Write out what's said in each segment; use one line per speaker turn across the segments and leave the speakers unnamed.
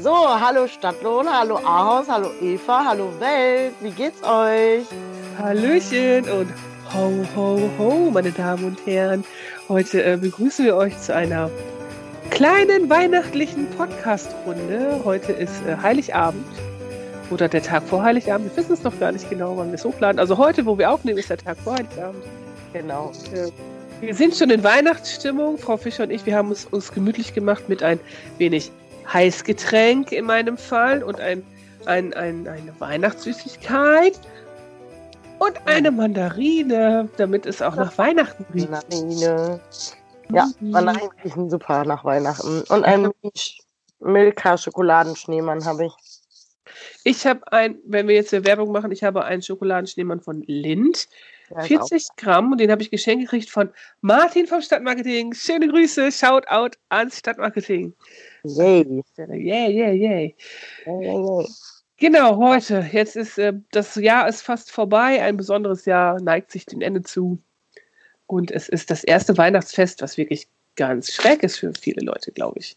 So, hallo Stadtlohn, hallo Ahaus, hallo Eva, hallo Welt, wie geht's euch?
Hallöchen und ho, ho, ho, meine Damen und Herren. Heute begrüßen wir euch zu einer kleinen weihnachtlichen Podcast-Runde. Heute ist Heiligabend oder der Tag vor Heiligabend. Wir wissen es noch gar nicht genau, wann wir es hochladen. Also heute, wo wir aufnehmen, ist der Tag vor Heiligabend.
Genau.
Wir sind schon in Weihnachtsstimmung, Frau Fischer und ich. Wir haben es uns gemütlich gemacht mit ein wenig Heißgetränk in meinem Fall und eine Weihnachtssüßigkeit und eine Mandarine, damit es auch nach Weihnachten riecht.
Mandarine. Ja, Mandarinen riechen super nach Weihnachten. Und ein Milka-Schokoladenschneemann habe ich.
Ich habe wenn wir jetzt Werbung machen, ich habe einen Schokoladenschneemann von Lindt.
Ja,
40 Gramm und den habe ich geschenkt gekriegt von Martin vom Stadtmarketing. Schöne Grüße, Shoutout ans Stadtmarketing.
Yay.
Yay. Genau, heute. Jetzt ist das Jahr ist fast vorbei. Ein besonderes Jahr neigt sich dem Ende zu. Und es ist das erste Weihnachtsfest, was wirklich ganz schräg ist für viele Leute, glaube ich.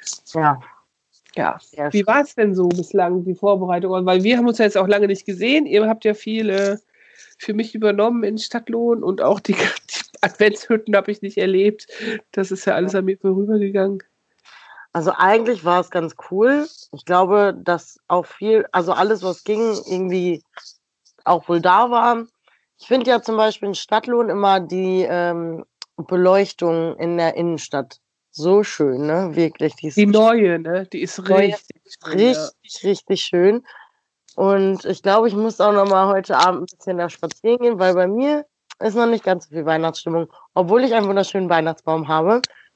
Ja. Wie war es denn so bislang, die Vorbereitung? Weil wir haben uns ja jetzt auch lange nicht gesehen. Ihr habt ja viel für mich übernommen in Stadtlohn und auch die Adventshütten habe ich nicht erlebt. Das ist ja alles an mir vorübergegangen.
Also eigentlich war es ganz cool. Ich glaube, dass auch also alles, was ging, irgendwie auch wohl da war. Ich finde ja zum Beispiel in Stadtlohn immer die Beleuchtung in der Innenstadt so schön, ne? Wirklich.
Die neue, ne? Die ist
richtig schön. Und ich glaube, ich muss auch noch mal heute Abend ein bisschen da spazieren gehen, weil bei mir ist noch nicht ganz so viel Weihnachtsstimmung, obwohl ich einen wunderschönen Weihnachtsbaum habe.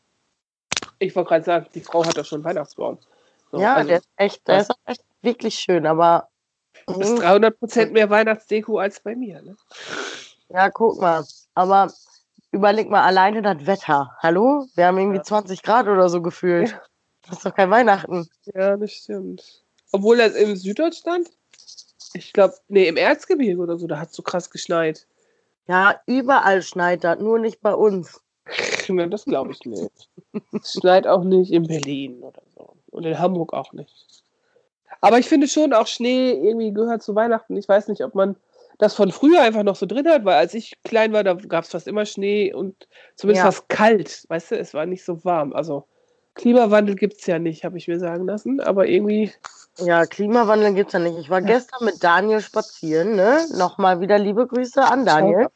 Ich wollte gerade sagen, die Frau hat doch schon einen Weihnachtsbaum. So,
ja, also, der ist auch echt wirklich schön, aber
ist 300% mehr Weihnachtsdeko als bei mir, ne?
Ja, guck mal. Aber überleg mal alleine das Wetter. Hallo? Wir haben irgendwie 20 Grad oder so gefühlt. Ja. Das ist doch kein Weihnachten.
Ja, das stimmt. Obwohl das im Süddeutschland, ich glaube, im Erzgebirge oder so, da hat es so krass geschneit.
Ja, überall schneit das, nur nicht bei uns.
Das glaube ich nicht. Es schneit auch nicht in Berlin oder so. Und in Hamburg auch nicht. Aber ich finde schon, auch Schnee irgendwie gehört zu Weihnachten. Ich weiß nicht, ob man das von früher einfach noch so drin hat, weil als ich klein war, da gab es fast immer Schnee und zumindest war es kalt. Weißt du, es war nicht so warm. Also Klimawandel gibt es ja nicht, habe ich mir sagen lassen. Aber irgendwie...
Ja, Klimawandel gibt es ja nicht. Ich war gestern mit Daniel spazieren, ne? Nochmal wieder liebe Grüße an Daniel.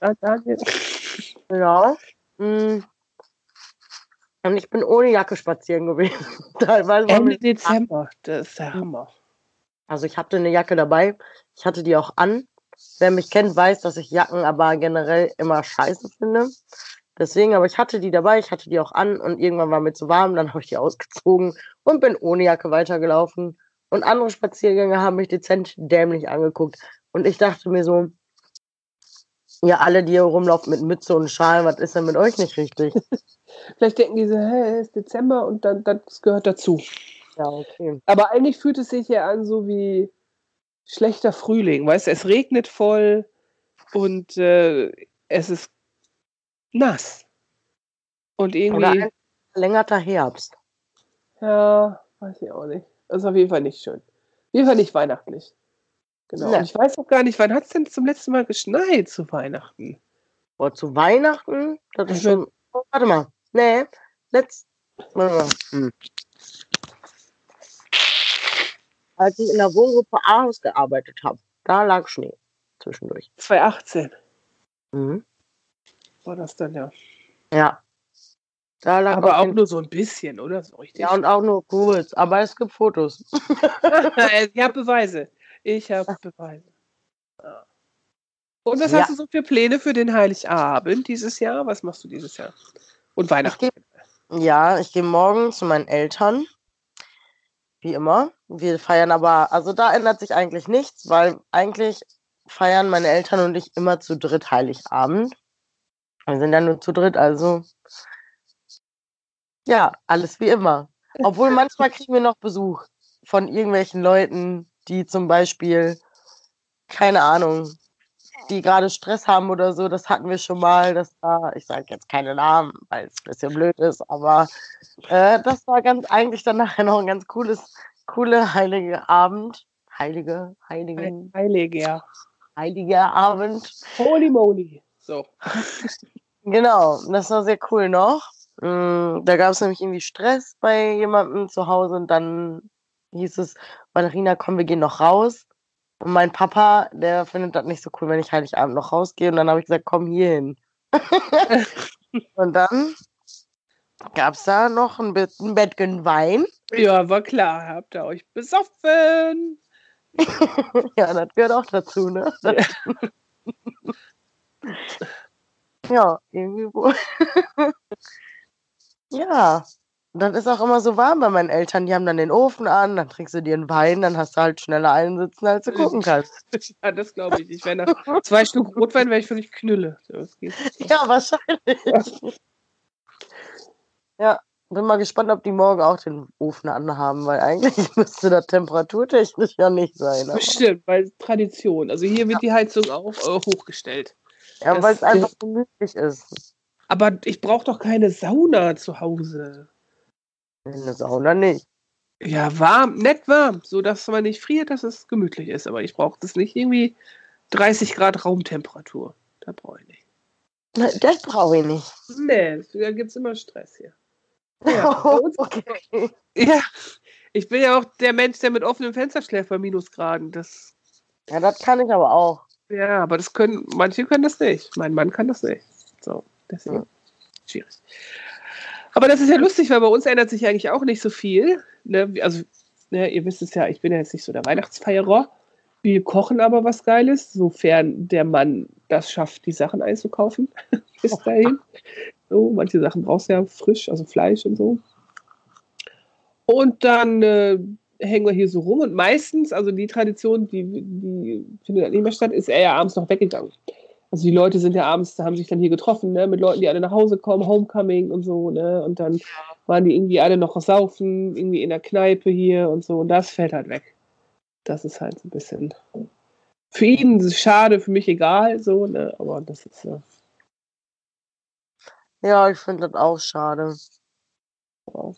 Genau. Und ich bin ohne Jacke spazieren gewesen.
Ende Dezember, das ist der Hammer.
Also ich hatte eine Jacke dabei. Ich hatte die auch an. Wer mich kennt, weiß, dass ich Jacken aber generell immer scheiße finde. Deswegen, aber ich hatte die dabei, ich hatte die auch an und irgendwann war mir zu warm, dann habe ich die ausgezogen und bin ohne Jacke weitergelaufen. Und andere Spaziergänger haben mich dezent dämlich angeguckt. Und ich dachte mir so, ja, alle, die hier rumlaufen mit Mütze und Schal, was ist denn mit euch nicht richtig?
Vielleicht denken die so, es ist Dezember und dann das gehört dazu.
Ja, okay.
Aber eigentlich fühlt es sich ja an so wie schlechter Frühling, weißt du, es regnet voll und es ist nass. Und irgendwie...
Oder ein verlängerter Herbst.
Ja, weiß ich auch nicht. Das ist auf jeden Fall nicht schön. Auf jeden Fall nicht weihnachtlich. Genau. Ja. Und ich weiß auch gar nicht, wann hat es denn zum letzten Mal geschneit zu Weihnachten?
Boah, zu Weihnachten? Das ist schon... Oh, warte mal. Nee, als ich in der Wohngruppe Ahaus gearbeitet habe, da lag Schnee zwischendurch.
2018. War das dann, ja.
Ja. Da lag
aber auch nur so ein bisschen, oder? So richtig.
Ja, und auch nur kurz. Aber es gibt Fotos.
Ich habe Beweise. Ich habe Beweise. Ja. Und was hast du so für Pläne für den Heiligabend dieses Jahr? Was machst du dieses Jahr? Und Weihnachten?
Ich gehe morgen zu meinen Eltern. Wie immer. Wir feiern aber, also da ändert sich eigentlich nichts, weil eigentlich feiern meine Eltern und ich immer zu dritt Heiligabend. Wir sind ja nur zu dritt, also ja, alles wie immer. Obwohl manchmal kriegen wir noch Besuch von irgendwelchen Leuten, die zum Beispiel, keine Ahnung, die gerade Stress haben oder so. Das hatten wir schon mal. Das war, ich sage jetzt keine Namen, weil es ein bisschen blöd ist, aber das war eigentlich dann nachher noch ein ganz cooles coole heilige Abend. Heiliger Abend.
Holy moly. So.
Genau, das war sehr cool noch. Da gab es nämlich irgendwie Stress bei jemandem zu Hause und dann hieß es, Valerina, komm, wir gehen noch raus. Und mein Papa, der findet das nicht so cool, wenn ich Heiligabend noch rausgehe. Und dann habe ich gesagt, komm hier hin. Und dann gab es da noch ein Bettchen Wein.
Ja, war klar. Habt ihr euch besoffen?
Ja, das gehört auch dazu, ne? Ja, irgendwie wohl. Ja, dann ist auch immer so warm bei meinen Eltern. Die haben dann den Ofen an, dann trinkst du dir einen Wein, dann hast du halt schneller einsitzen, als du gucken kannst.
Ja, das glaube ich. Ich wäre nach 2 Stück Rotwein, wäre ich völlig knülle.
Ja, wahrscheinlich. Ja, bin mal gespannt, ob die morgen auch den Ofen anhaben, weil eigentlich müsste das temperaturtechnisch ja nicht sein. Aber
Bestimmt, weil Tradition. Also hier wird die Heizung auch hochgestellt.
ja, weil es einfach gemütlich ist.
Aber ich brauche doch keine Sauna zu Hause.
Eine Sauna nicht.
Ja, warm, nett warm, so dass man nicht friert, dass es gemütlich ist. Aber ich brauche das nicht irgendwie 30 Grad Raumtemperatur. Da brauche ich nicht.
Das brauche ich nicht.
Nee, da gibt es immer Stress hier.
Ja, okay.
Ja, ich bin ja auch der Mensch, der mit offenem Fenster schläft bei Minusgraden.
Ja, das kann ich aber auch.
Ja, aber manche können das nicht. Mein Mann kann das nicht. So, deswegen schwierig. Aber das ist ja lustig, weil bei uns ändert sich eigentlich auch nicht so viel. Ne? Also, ne, ihr wisst es ja, ich bin ja jetzt nicht so der Weihnachtsfeierer. Wir kochen aber was Geiles, sofern der Mann das schafft, die Sachen einzukaufen. Bis dahin. So, manche Sachen brauchst du ja frisch, also Fleisch und so. Und dann hängen wir hier so rum und meistens, also die Tradition, die findet halt nicht mehr statt, ist er ja abends noch weggegangen. Also die Leute sind ja abends, haben sich dann hier getroffen, ne, mit Leuten, die alle nach Hause kommen, Homecoming und so, ne, und dann waren die irgendwie alle noch saufen, irgendwie in der Kneipe hier und so, und das fällt halt weg. Das ist halt so ein bisschen für ihn schade, für mich egal, so, ne, aber das ist so.
Ja, ich finde das auch schade.
Wow.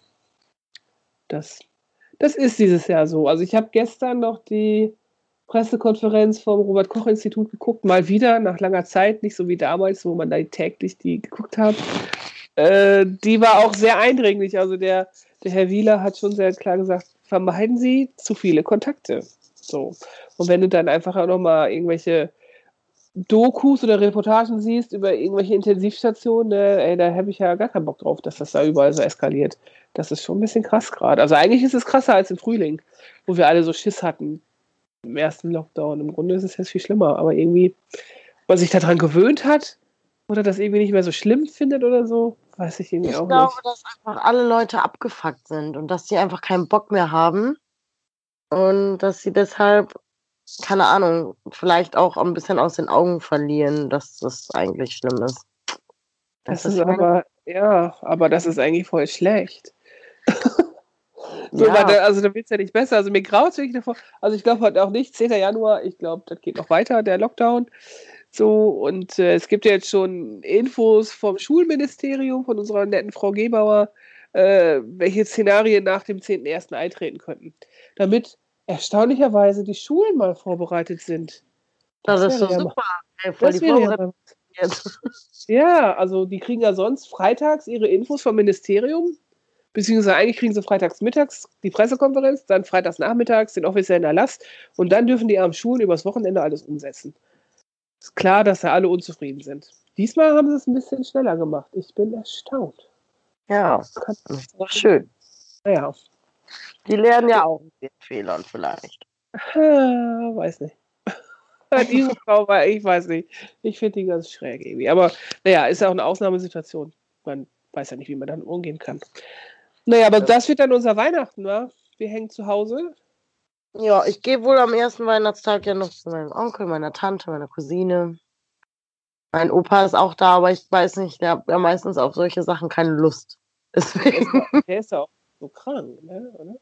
Das ist dieses Jahr so. Also ich habe gestern noch die Pressekonferenz vom Robert-Koch-Institut geguckt, mal wieder, nach langer Zeit, nicht so wie damals, wo man da täglich die geguckt hat. Die war auch sehr eindringlich. Also der Herr Wieler hat schon sehr klar gesagt, vermeiden Sie zu viele Kontakte. So. Und wenn du dann einfach auch nochmal irgendwelche Dokus oder Reportagen siehst über irgendwelche Intensivstationen, ey, da habe ich ja gar keinen Bock drauf, dass das da überall so eskaliert. Das ist schon ein bisschen krass gerade. Also eigentlich ist es krasser als im Frühling, wo wir alle so Schiss hatten im ersten Lockdown. Im Grunde ist es jetzt viel schlimmer, aber irgendwie, ob man sich daran gewöhnt hat oder das irgendwie nicht mehr so schlimm findet oder so, weiß ich irgendwie auch nicht.
Ich glaube, dass einfach alle Leute abgefuckt sind und dass sie einfach keinen Bock mehr haben und dass sie deshalb, keine Ahnung, vielleicht auch ein bisschen aus den Augen verlieren, dass das eigentlich schlimm ist.
Das ist aber, ja, aber das ist eigentlich voll schlecht. So,
Ja.
also da wird es ja nicht besser. Also mir graut es wirklich davor. Also ich glaube heute auch nicht, 10. Januar, ich glaube, das geht noch weiter, der Lockdown. So, und es gibt ja jetzt schon Infos vom Schulministerium, von unserer netten Frau Gebauer, welche Szenarien nach dem 10.01. eintreten könnten. Damit erstaunlicherweise die Schulen mal vorbereitet sind.
Das ist so
ja
super. Ey, voll
das
die
wäre
Vorbereitung jetzt.
Ja, also die kriegen ja sonst freitags ihre Infos vom Ministerium, beziehungsweise eigentlich kriegen sie freitags mittags die Pressekonferenz, dann freitags nachmittags den offiziellen Erlass und dann dürfen die am Schulen übers Wochenende alles umsetzen. Ist klar, dass da alle unzufrieden sind. Diesmal haben sie es ein bisschen schneller gemacht. Ich bin erstaunt.
Ja, das ist doch schön.
Naja.
Die lernen ja auch mit den Fehlern vielleicht.
Weiß nicht. Diese Frau war, ich weiß nicht. Ich finde die ganz schräg irgendwie. Aber naja, ist ja auch eine Ausnahmesituation. Man weiß ja nicht, wie man dann umgehen kann. Naja, aber das wird dann unser Weihnachten, wa? Wir hängen zu Hause.
Ja, ich gehe wohl am ersten Weihnachtstag ja noch zu meinem Onkel, meiner Tante, meiner Cousine. Mein Opa ist auch da, aber ich weiß nicht, der hat ja meistens auf solche Sachen keine Lust. Deswegen.
Der ist ja auch so krank, ne? Oder?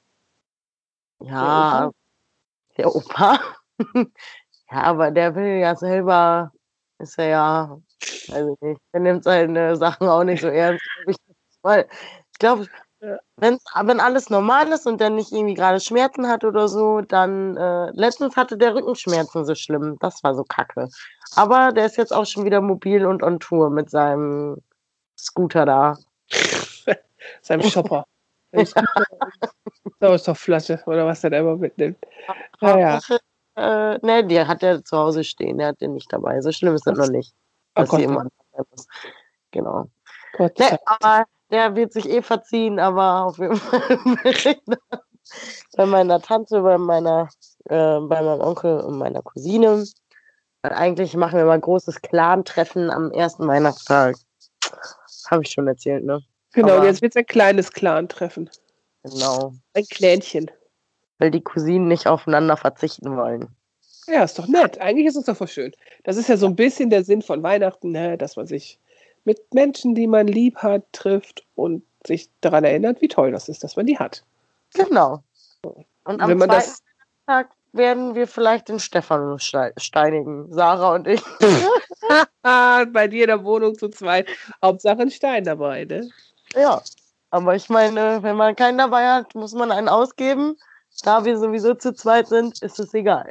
Ja, der Opa. Ja, aber der will ja selber, ist er ja, also nicht, der nimmt seine Sachen auch nicht so ernst. Ich glaube,
Ja.
Wenn alles normal ist und der nicht irgendwie gerade Schmerzen hat oder so, dann letztens hatte der Rückenschmerzen so schlimm. Das war so kacke. Aber der ist jetzt auch schon wieder mobil und on Tour mit seinem Scooter da.
Seinem Shopper. Sauerstoffflasche oder was der da immer mitnimmt. Naja.
Ne, die hat er zu Hause stehen. Der hat den nicht dabei. So schlimm ist das noch nicht.
Oh
Dass sie
Gott.
immer ist. Genau.
Gott
Ne, aber der wird sich verziehen, aber auf jeden Fall bei meiner Tante, bei meinem Onkel und meiner Cousine. Weil eigentlich machen wir mal ein großes Clan-Treffen am ersten Weihnachtstag. Habe ich schon erzählt, ne?
Genau,
aber,
und jetzt wird es ein kleines Clan-Treffen.
Genau.
Ein Clänchen.
Weil die Cousinen nicht aufeinander verzichten wollen.
Ja, ist doch nett. Eigentlich ist es doch voll schön. Das ist ja so ein bisschen der Sinn von Weihnachten, ne? Dass man sich mit Menschen, die man lieb hat, trifft und sich daran erinnert, wie toll das ist, dass man die hat.
Genau. Und am
Wenn man
zweiten Tag werden wir vielleicht den Stefan steinigen, Sarah und ich.
bei dir in der Wohnung zu zweit. Hauptsache ein Stein dabei, ne?
Ja, aber ich meine, wenn man keinen dabei hat, muss man einen ausgeben. Da wir sowieso zu zweit sind, ist es egal.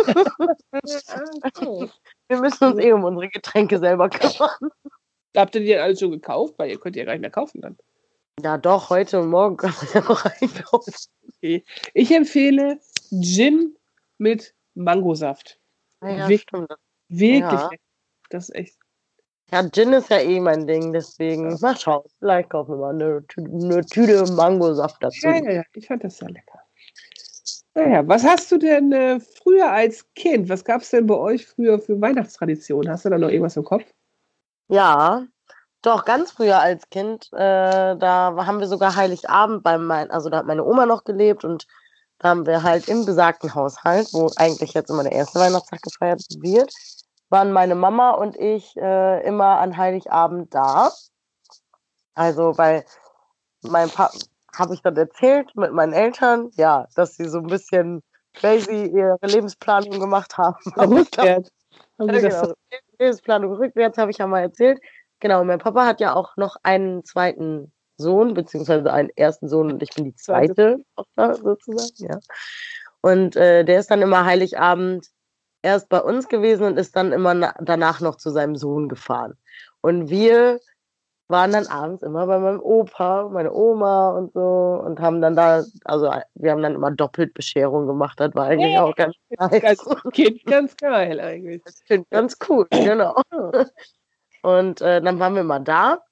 Wir müssen uns um unsere Getränke selber kümmern.
Habt ihr die alles schon gekauft? Weil ihr könnt ja gar nicht mehr kaufen dann.
Ja doch, heute und morgen kann man ja noch einkaufen.
Okay. Ich empfehle Gin mit Mangosaft.
Ja, stimmt.
Wirklich lecker. Das ist echt.
Ja, Gin ist ja eh mein Ding, deswegen mal schauen. Vielleicht kaufen wir mal eine Tüte Mangosaft dazu.
Ja, ich fand das sehr lecker. Naja, was hast du denn früher als Kind? Was gab es denn bei euch früher für Weihnachtstraditionen? Hast du da noch irgendwas im Kopf?
Ja, doch, ganz früher als Kind, da haben wir sogar Heiligabend also da hat meine Oma noch gelebt und da haben wir halt im besagten Haushalt, wo eigentlich jetzt immer der erste Weihnachtstag gefeiert wird, waren meine Mama und ich immer an Heiligabend da. Also, weil habe ich dann erzählt mit meinen Eltern, ja, dass sie so ein bisschen crazy ihre Lebensplanung gemacht haben.
Rückwärts.
Genau. Lebensplanung rückwärts habe ich ja mal erzählt. Genau, mein Papa hat ja auch noch einen zweiten Sohn, beziehungsweise einen ersten Sohn und ich bin die zweite Tochter sozusagen, ja. Und der ist dann immer Heiligabend erst bei uns gewesen und ist dann immer danach noch zu seinem Sohn gefahren. Und wir waren dann abends immer bei meinem Opa, meine Oma und so und haben dann also wir haben dann immer doppelt Bescherung gemacht, das war eigentlich auch ganz nice.
Ganz geil eigentlich.
Das klingt ganz cool, genau. Und dann waren wir immer da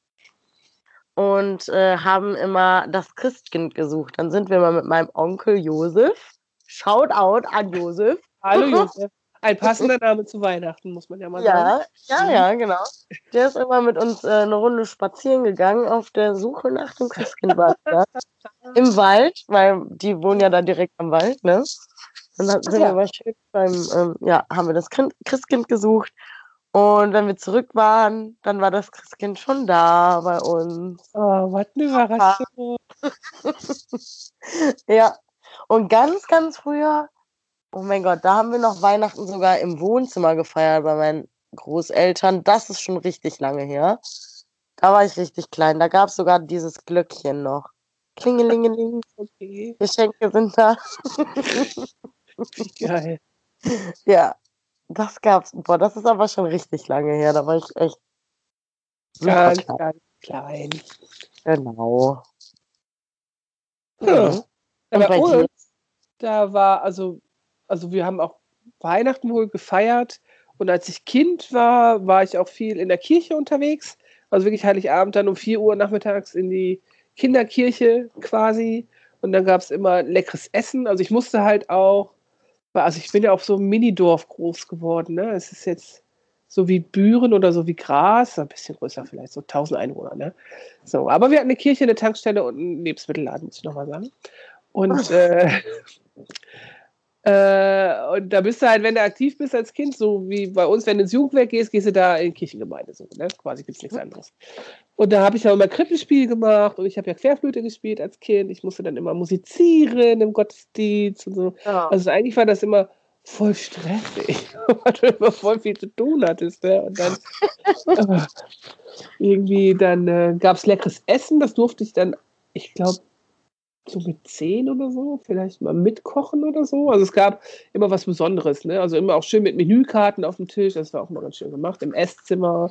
und haben immer das Christkind gesucht. Dann sind wir mal mit meinem Onkel Josef, Shoutout an Josef.
Hallo Josef. Ein passender Name zu Weihnachten, muss man ja mal sagen.
Ja, genau. Der ist immer mit uns eine Runde spazieren gegangen auf der Suche nach dem Christkindbad. Im Wald, weil die wohnen ja da direkt am Wald, ne? Und dann sind wir aber schön haben wir das Christkind gesucht. Und wenn wir zurück waren, dann war das Christkind schon da bei uns.
Oh, was eine Überraschung.
Ja. Und ganz, ganz früher, oh mein Gott, da haben wir noch Weihnachten sogar im Wohnzimmer gefeiert bei meinen Großeltern. Das ist schon richtig lange her. Da war ich richtig klein. Da gab es sogar dieses Glöckchen noch. Klingelingeling.
Okay.
Geschenke sind da.
Geil.
Ja, das gab's. Boah, das ist aber schon richtig lange her. Da war ich echt
ganz klein.
Genau.
Ja. Bei uns, da war, also wir haben auch Weihnachten wohl gefeiert und als ich Kind war, war ich auch viel in der Kirche unterwegs. Also wirklich Heiligabend dann um 4 Uhr nachmittags in die Kinderkirche quasi und dann gab es immer leckeres Essen. Also ich musste halt auch, also ich bin ja auf so einem Minidorf groß geworden, ne? Es ist jetzt so wie Büren oder so wie Gras, ein bisschen größer vielleicht, so 1000 Einwohner, ne? So, aber wir hatten eine Kirche, eine Tankstelle und einen Lebensmittelladen, muss ich nochmal sagen. Und und da bist du halt, wenn du aktiv bist als Kind, so wie bei uns, wenn du ins Jugendwerk gehst, gehst du da in die Kirchengemeinde. So, ne? Quasi gibt es nichts anderes. Und da habe ich auch immer Krippenspiel gemacht und ich habe ja Querflöte gespielt als Kind. Ich musste dann immer musizieren im Gottesdienst und so. Ja. Also eigentlich war das immer voll stressig, weil du immer voll viel zu tun hattest. Ne? Und dann irgendwie, gab es leckeres Essen, das durfte ich dann ich glaube, so mit 10 oder so, vielleicht mal mitkochen oder so. Also es gab immer was Besonderes, ne? Also immer auch schön mit Menükarten auf dem Tisch, das war auch immer ganz schön gemacht, im Esszimmer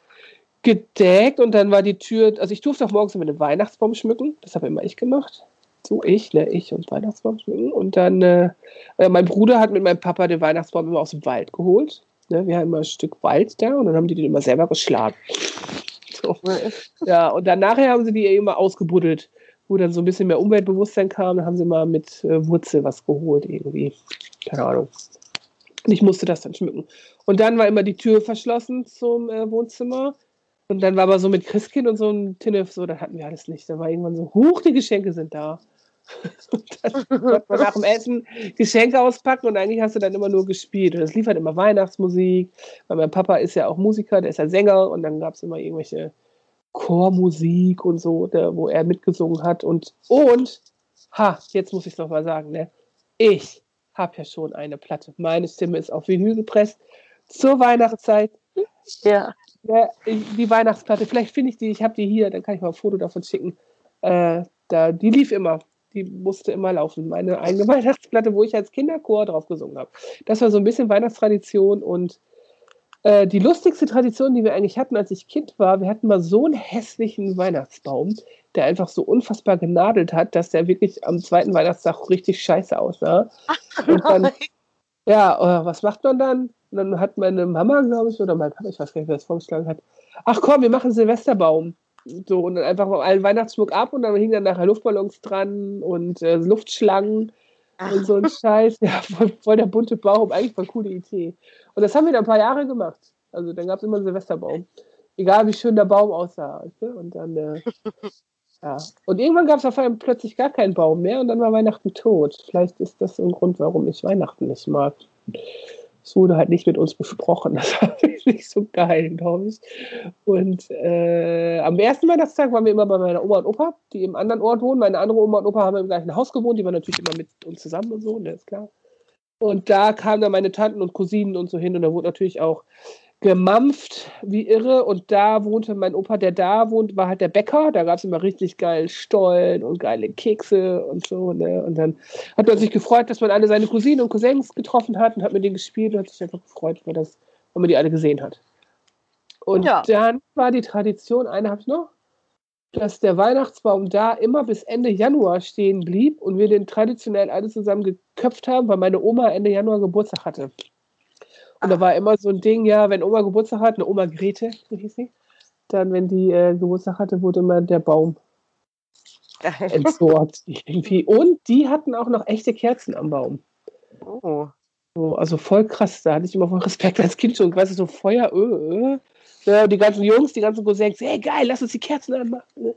gedeckt und dann war die Tür, also ich durfte auch morgens immer den Weihnachtsbaum schmücken, das habe immer ich gemacht. So ich und Weihnachtsbaum schmücken. Und dann, mein Bruder hat mit meinem Papa den Weihnachtsbaum immer aus dem Wald geholt. Ne? Wir haben immer ein Stück Wald da und dann haben die den immer selber geschlagen. So. Ja, und dann nachher haben sie die immer ausgebuddelt, wo dann so ein bisschen mehr Umweltbewusstsein kam. Dann haben sie mal mit Wurzel was geholt irgendwie. Keine Ahnung. Und ich musste das dann schmücken. Und dann war immer die Tür verschlossen zum Wohnzimmer. Und dann war aber so mit Christkind und so ein Tinnef, so, das hatten wir alles nicht. Dann war irgendwann so, huch, die Geschenke sind da. Und dann konnte man nach dem Essen Geschenke auspacken und eigentlich hast du dann immer nur gespielt. Und es lief halt immer Weihnachtsmusik, weil mein Papa ist ja auch Musiker, der ist ja Sänger und dann gab es immer irgendwelche Chormusik und so, wo er mitgesungen hat. Und jetzt muss ich es nochmal sagen, ne? Ich habe ja schon eine Platte. Meine Stimme ist auf Vinyl gepresst zur Weihnachtszeit.
Ja.
Die Weihnachtsplatte, vielleicht finde ich die, ich habe die hier, dann kann ich mal ein Foto davon schicken. Die lief immer, die musste immer laufen. Meine eigene Weihnachtsplatte, wo ich als Kinderchor drauf gesungen habe. Das war so ein bisschen Weihnachtstradition und die lustigste Tradition, die wir eigentlich hatten, als ich Kind war, wir hatten mal so einen hässlichen Weihnachtsbaum, der einfach so unfassbar genadelt hat, dass der wirklich am zweiten Weihnachtstag richtig scheiße aussah. Und dann, was macht man dann? Und dann hat meine Mama, glaube ich, oder mein Papa, ich weiß gar nicht, wer das vorgeschlagen hat, ach komm, wir machen Silvesterbaum. So, und dann einfach mal allen Weihnachtsschmuck ab und dann hingen dann nachher Luftballons dran und Luftschlangen und so ein Scheiß. Ja, voll der bunte Baum, eigentlich voll coole Idee. Und das haben wir dann ein paar Jahre gemacht. Also dann gab es immer einen Silvesterbaum. Egal wie schön der Baum aussah. Und dann, ja. Und irgendwann gab es auf einmal plötzlich gar keinen Baum mehr und dann war Weihnachten tot. Vielleicht ist das so ein Grund, warum ich Weihnachten nicht mag. Es wurde halt nicht mit uns besprochen. Das war nicht so geil, glaube ich. Und am ersten Weihnachtstag waren wir immer bei meiner Oma und Opa, die im anderen Ort wohnen. Meine andere Oma und Opa haben im gleichen Haus gewohnt. Die waren natürlich immer mit uns zusammen und so, ne, ist klar. Und da kamen dann meine Tanten und Cousinen und so hin. Und da wurde natürlich auch gemampft wie irre. Und da wohnte mein Opa, der da wohnt, war halt der Bäcker. Da gab es immer richtig geil Stollen und geile Kekse und so. Ne? Und dann hat man sich gefreut, dass man alle seine Cousinen und Cousins getroffen hat und hat mit denen gespielt und hat sich einfach gefreut, weil man die alle gesehen hat. Und dann war die Tradition, eine habe ich noch, dass der Weihnachtsbaum da immer bis Ende Januar stehen blieb und wir den traditionell alle zusammen geköpft haben, weil meine Oma Ende Januar Geburtstag hatte. Und da war immer so ein Ding, ja, wenn Oma Geburtstag hat, eine Oma Grete, so hieß sie, dann, wenn die Geburtstag hatte, wurde immer der Baum entsorgt irgendwie. Und die hatten auch noch echte Kerzen am Baum.
Oh.
So, also voll krass, da hatte ich immer voll Respekt als Kind schon, weißt du, so Feuer, Ja, die ganzen Jungs, die ganzen Cousins, hey, geil, lass uns die Kerzen anmachen.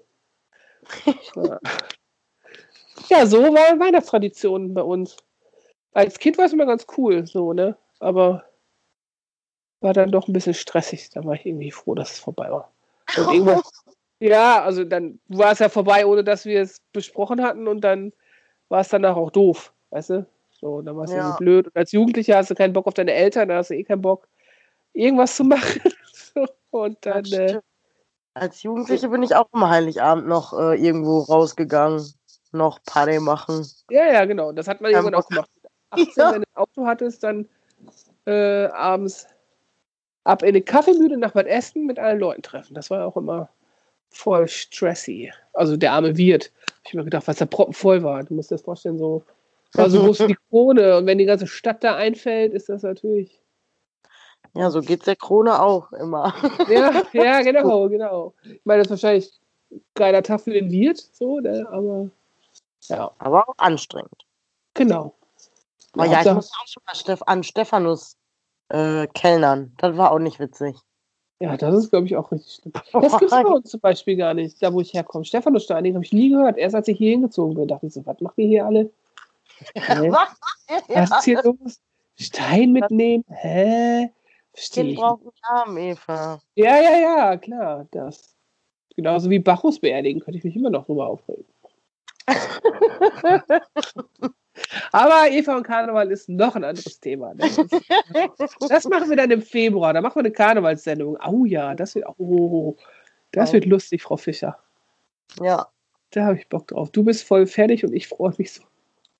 Ja, so war Weihnachtstradition bei uns. Als Kind war es immer ganz cool, so, ne? Aber war dann doch ein bisschen stressig. Da war ich irgendwie froh, dass es vorbei war. Und irgendwann, ja, also dann war es ja vorbei, ohne dass wir es besprochen hatten und dann war es danach auch doof, weißt du? So, dann war es irgendwie blöd. Und als Jugendlicher hast du keinen Bock auf deine Eltern, da hast du keinen Bock, irgendwas zu machen. Und dann.
Als Jugendliche bin ich auch am Heiligabend noch irgendwo rausgegangen, noch Party machen.
Ja, genau. Das hat man irgendwann auch gemacht. 18, wenn du ein Auto hattest, dann abends ab in eine Kaffeemühle nach Bad Essen mit allen Leuten treffen. Das war auch immer voll stressy. Also der arme Wirt. Hab ich mir gedacht, was da proppenvoll war. Du musst dir das vorstellen, so war so groß wie die Krone. Und wenn die ganze Stadt da einfällt, ist das natürlich.
Ja, so geht's der Krone auch immer.
Ja, genau. Ich meine, das ist wahrscheinlich ein geiler Tag für den Wirt, so, ne? Aber ja.
Aber auch anstrengend.
Genau.
Aber ja, ich musste auch schon mal an Stephanus kellnern. Das war auch nicht witzig.
Ja, das ist, glaube ich, auch richtig schlimm. Das gibt es bei uns zum Beispiel gar nicht, da wo ich herkomme. Stephanus Steinigen habe ich nie gehört. Erst als ich hier hingezogen bin, dachte ich so, was machen wir hier alle? Was ist hier los? Stein mitnehmen? Hä? Verstehe
Kind braucht einen Arm, Eva.
Ja, klar. Das. Genauso wie Bacchus beerdigen, könnte ich mich immer noch drüber aufregen. Aber Eva und Karneval ist noch ein anderes Thema. Ne? Das machen wir dann im Februar. Da machen wir eine Karnevalssendung. Oh ja, das wird lustig, Frau Fischer.
Ja.
Da habe ich Bock drauf. Du bist voll fertig und ich freue mich so.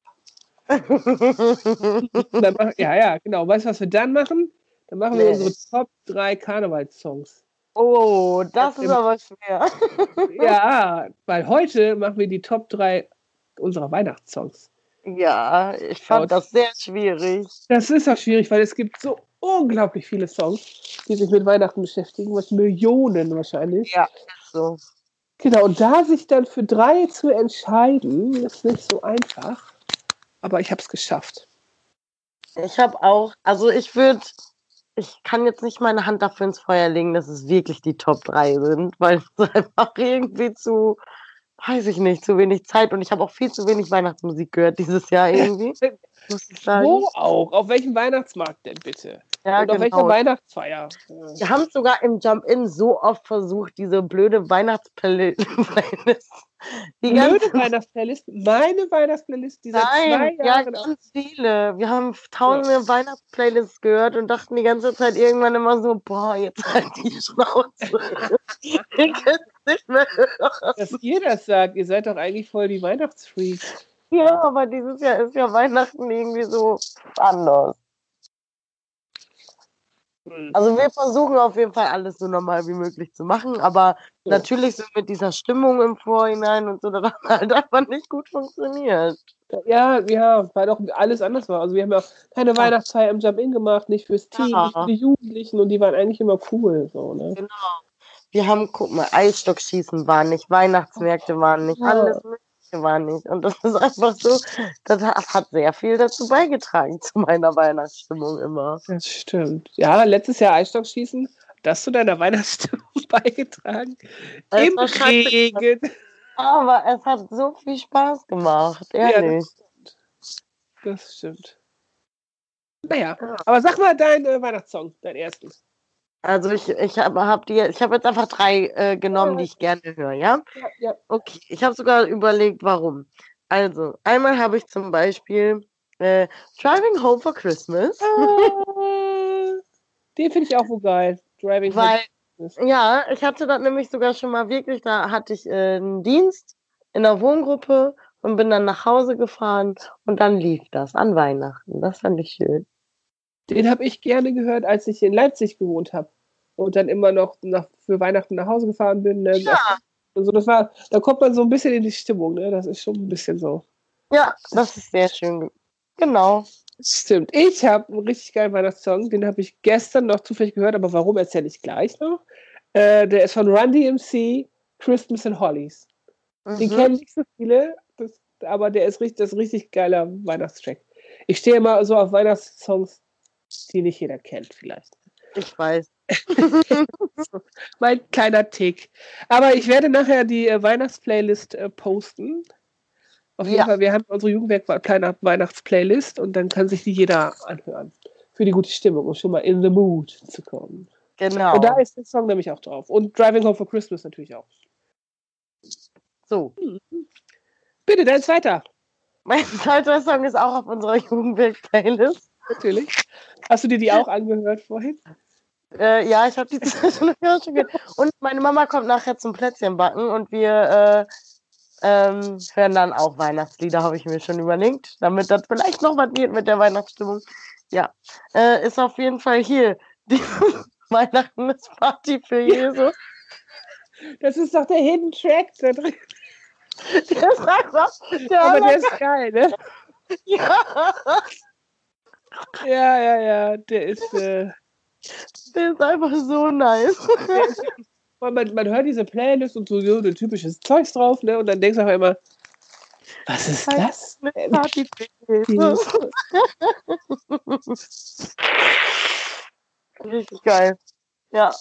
Ja, genau. Weißt du, was wir dann machen? Dann machen wir unsere Top 3 Karnevalssongs.
Oh, das ist aber schwer.
Ja, weil heute machen wir die Top 3 unserer Weihnachtssongs.
Ja, ich fand das sehr schwierig.
Das ist auch schwierig, weil es gibt so unglaublich viele Songs, die sich mit Weihnachten beschäftigen, was Millionen wahrscheinlich.
Ja, so.
Genau, und da sich dann für 3 zu entscheiden, ist nicht so einfach. Aber ich habe es geschafft.
Ich habe auch, also ich kann jetzt nicht meine Hand dafür ins Feuer legen, dass es wirklich die Top 3 sind, weil es einfach irgendwie weiß ich nicht, zu wenig Zeit und ich habe auch viel zu wenig Weihnachtsmusik gehört dieses Jahr irgendwie, muss ich sagen.
Wo auch? Auf welchem Weihnachtsmarkt denn bitte?
Ja,
und auf welcher Weihnachtsfeier?
Wir haben es sogar im Jump-In so oft versucht, diese blöde Weihnachtsplaylist.
Weihnachtsplaylist? Meine Weihnachtsplaylist, die seit 2 Jahren.
Ja, ganz viele. Wir haben tausende Weihnachtsplaylists gehört und dachten die ganze Zeit irgendwann immer so, boah, jetzt halt die Schnauze. Ihr könnt es nicht mehr hören.
Dass ihr das sagt, ihr seid doch eigentlich voll die Weihnachtsfreaks.
Ja, aber dieses Jahr ist ja Weihnachten irgendwie so anders. Also wir versuchen auf jeden Fall alles so normal wie möglich zu machen, aber natürlich so mit dieser Stimmung im Vorhinein und so, das hat halt einfach nicht gut funktioniert.
Ja, weil doch alles anders war. Also wir haben ja keine Weihnachtsfeier im Jump-In gemacht, nicht fürs Team, nicht für die Jugendlichen und die waren eigentlich immer cool. So, ne?
Genau. Wir haben, guck mal, Eisstockschießen war nicht, Weihnachtsmärkte waren nicht, alles Mögliche war nicht. Und das ist einfach so, das hat sehr viel dazu beigetragen, zu meiner Weihnachtsstimmung immer.
Das stimmt. Ja, letztes Jahr Eisstockschießen, das zu deiner Weihnachtsstimmung beigetragen. Im Regen.
Aber es hat so viel Spaß gemacht, ehrlich.
Ja, das stimmt. Naja, aber sag mal deinen Weihnachtssong, deinen ersten.
Also ich habe jetzt einfach 3 genommen, die ich gerne höre, ja?
Ja.
Okay, ich habe sogar überlegt, warum. Also, einmal habe ich zum Beispiel Driving Home for Christmas.
Den finde ich auch wohl geil. Driving
Home for Christmas. Ja, ich hatte das nämlich sogar schon mal wirklich, da hatte ich einen Dienst in der Wohngruppe und bin dann nach Hause gefahren und dann lief das an Weihnachten. Das fand ich schön.
Den habe ich gerne gehört, als ich in Leipzig gewohnt habe und dann immer noch für Weihnachten nach Hause gefahren bin. Ne?
Ja.
Also da kommt man so ein bisschen in die Stimmung. Ne? Das ist schon ein bisschen so.
Ja, das ist sehr schön. Genau.
Stimmt. Ich habe einen richtig geilen Weihnachtssong, den habe ich gestern noch zufällig gehört, aber warum erzähle ich gleich noch. Der ist von Run DMC, Christmas and Hollies. Den kennen nicht so viele, aber der ist das richtig geiler Weihnachtstrack. Ich stehe immer so auf Weihnachtssongs, die nicht jeder kennt vielleicht.
Ich weiß.
Mein kleiner Tick. Aber ich werde nachher die Weihnachtsplaylist posten. Auf jeden Fall, wir haben unsere Jugendwerk kleine Weihnachtsplaylist und dann kann sich die jeder anhören. Für die gute Stimmung, um schon mal in the mood zu kommen.
Genau.
Und da ist der Song nämlich auch drauf. Und Driving Home for Christmas natürlich auch.
So.
Bitte, dein zweiter.
Mein zweiter Song ist auch auf unserer Jugendwerk-Playlist.
Natürlich. Hast du dir die auch angehört vorhin?
Ja, ich habe die schon gehört. Und meine Mama kommt nachher zum Plätzchenbacken und wir hören dann auch Weihnachtslieder, habe ich mir schon überlegt, damit das vielleicht noch was geht mit der Weihnachtsstimmung. Ja, ist auf jeden Fall hier. Die Weihnachten ist Party für Jesus.
Das ist doch der Hidden Track da drin.
Der ist einfach,
aber der ist geil, ne?
Ja.
Ja, der ist
einfach so nice.
Man hört diese Playlist und so ein typisches Zeugs drauf, ne? Und dann denkst du auch immer, was ist das?
Party für Jesus. Richtig geil. Ja.